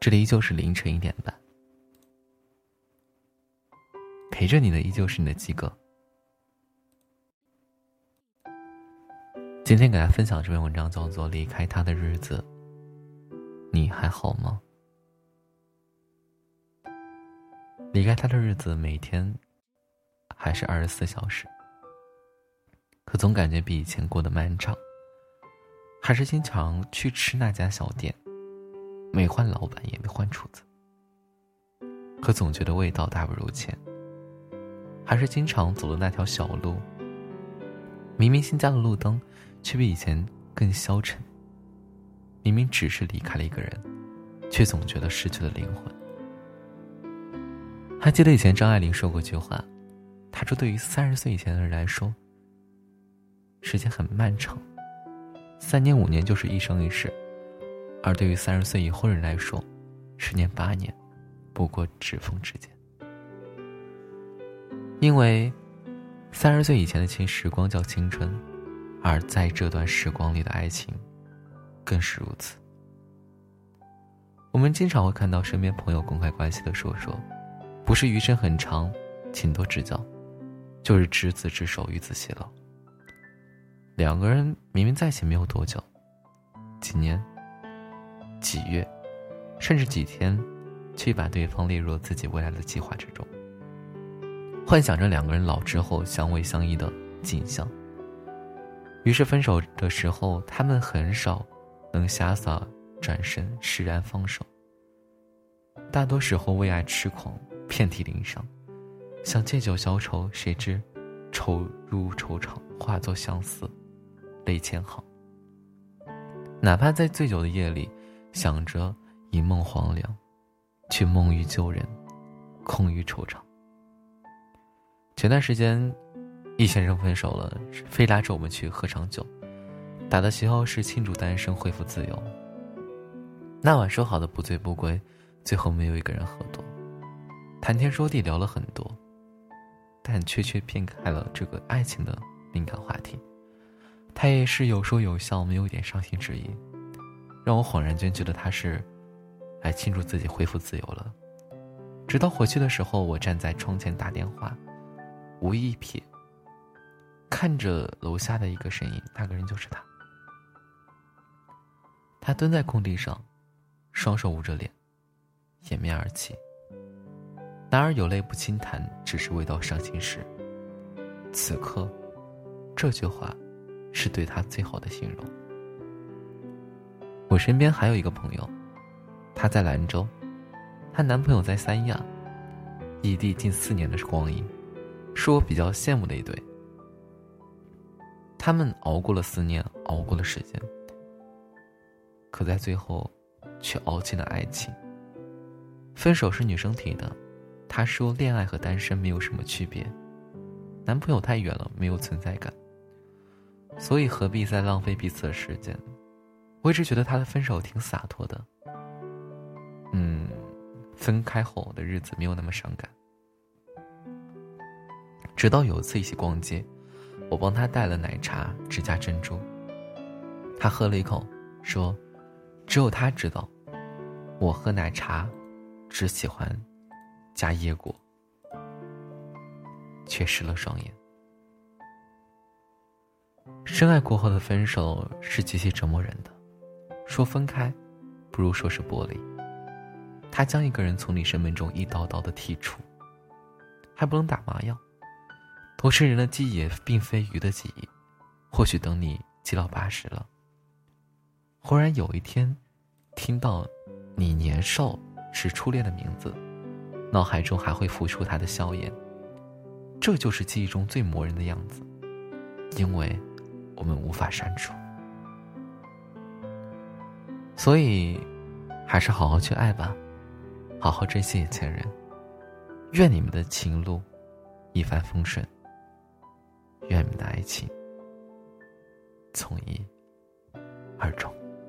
这里依旧是凌晨1点半，陪着你的依旧是你的鸡哥。今天给大家分享这篇文章叫做《离开他的日子，你还好吗？》离开他的日子，每天还是24小时，可总感觉比以前过得漫长。还是经常去吃那家小店，没换老板也没换厨子，可总觉得味道大不如前。还是经常走的那条小路，明明新加了路灯，却比以前更消沉。明明只是离开了一个人，却总觉得失去了灵魂。还记得以前张爱玲说过句话，她说对于30岁以前的人来说，时间很漫长，3年5年就是一生一世，而对于30岁以后人来说，10年8年不过指缝之间。因为30岁以前的时光叫青春，而在这段时光里的爱情更是如此。我们经常会看到身边朋友公开关系的说，不是余生很长，请多指教，就是执子之手，与子偕老。两个人明明在一起没有多久，几年、几月，甚至几天，却把对方列入自己未来的计划之中，幻想着两个人老之后相偎相依的景象。于是分手的时候，他们很少能潇洒转身释然放手，大多时候为爱痴狂，遍体鳞伤，想借酒消愁，谁知愁如愁肠，化作相思泪千行。哪怕在醉酒的夜里想着一梦黄粱，却梦于旧人，空于惆怅。前段时间易先生分手了，非拉着我们去喝场酒，打的旗号是庆祝单身恢复自由。那晚说好的不醉不归，最后没有一个人喝多，谈天说地聊了很多，但却偏开了这个爱情的敏感话题。他也是有说有笑，没有一点伤心之意，让我恍然间觉得他是来庆祝自己恢复自由了。直到回去的时候，我站在窗前打电话，无意一瞥，看着楼下的一个身影，那个人就是他。他蹲在空地上，双手捂着脸，掩面而泣。男儿有泪不轻弹，只是未到伤心时。此刻，这句话是对他最好的形容。我身边还有一个朋友，她在兰州，她男朋友在三亚，异地近4年的光阴，是我比较羡慕的一对。他们熬过了4年，熬过了时间，可在最后却熬尽了爱情。分手是女生提的，她说恋爱和单身没有什么区别，男朋友太远了，没有存在感，所以何必再浪费彼此的时间。我一直觉得他的分手挺洒脱的，分开后的日子没有那么伤感。直到有一次一起逛街，我帮他带了奶茶，只加珍珠。他喝了一口，说只有他知道，我喝奶茶只喜欢加椰果，却湿了双眼。深爱过后的分手是极其折磨人的，说分开不如说是剥离。他将一个人从你生命中一刀刀的剔除，还不能打麻药。都是人的记忆，也并非鱼的记忆。或许等你7老80了，忽然有一天听到你年少时初恋的名字，脑海中还会浮出他的笑颜。这就是记忆中最磨人的样子，因为我们无法删除。所以还是好好去爱吧，好好珍惜前任。愿你们的情路一帆风顺，愿你们的爱情从一而终。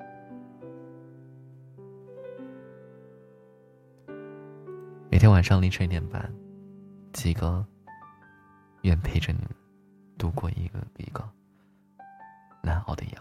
每天晚上凌晨1点半，鸡哥愿陪着你们度过一个比一个难熬的夜。